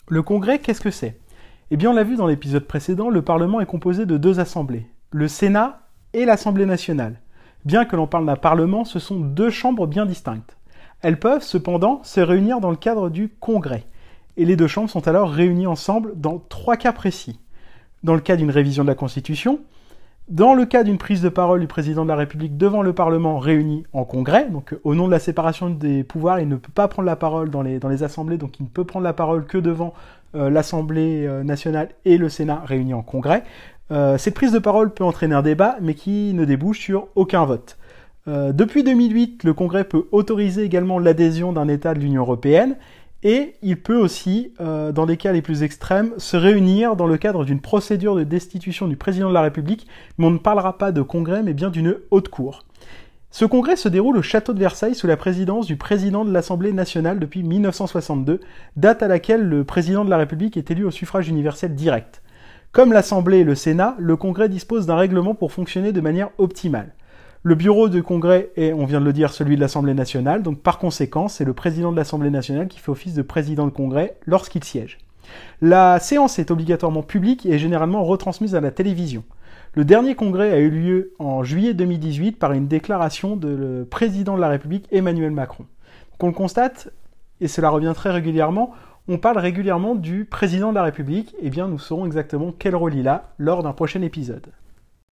Le Congrès, qu'est-ce que c'est? Eh bien, on l'a vu dans l'épisode précédent, le Parlement est composé de deux assemblées, le Sénat et l'Assemblée nationale. Bien que l'on parle d'un Parlement, ce sont deux chambres bien distinctes. Elles peuvent cependant se réunir dans le cadre du Congrès. Et les deux chambres sont alors réunies ensemble dans trois cas précis. Dans le cas d'une révision de la Constitution, dans le cas d'une prise de parole du président de la République devant le Parlement réuni en Congrès, donc au nom de la séparation des pouvoirs, il ne peut pas prendre la parole dans les assemblées, donc il ne peut prendre la parole que devant l'Assemblée nationale et le Sénat réunis en Congrès. Cette prise de parole peut entraîner un débat, mais qui ne débouche sur aucun vote. Depuis 2008, le Congrès peut autoriser également l'adhésion d'un État de l'Union européenne, et il peut aussi, dans les cas les plus extrêmes, se réunir dans le cadre d'une procédure de destitution du président de la République, mais on ne parlera pas de congrès, mais bien d'une haute cour. Ce congrès se déroule au château de Versailles sous la présidence du président de l'Assemblée nationale depuis 1962, date à laquelle le président de la République est élu au suffrage universel direct. Comme l'Assemblée et le Sénat, le Congrès dispose d'un règlement pour fonctionner de manière optimale. Le bureau du Congrès est, on vient de le dire, celui de l'Assemblée nationale, donc par conséquent, c'est le président de l'Assemblée nationale qui fait office de président de Congrès lorsqu'il siège. La séance est obligatoirement publique et est généralement retransmise à la télévision. Le dernier congrès a eu lieu en juillet 2018 par une déclaration de le président de la République Emmanuel Macron. Donc on le constate, et cela revient très régulièrement, on parle régulièrement du président de la République, et bien nous saurons exactement quel rôle il a lors d'un prochain épisode.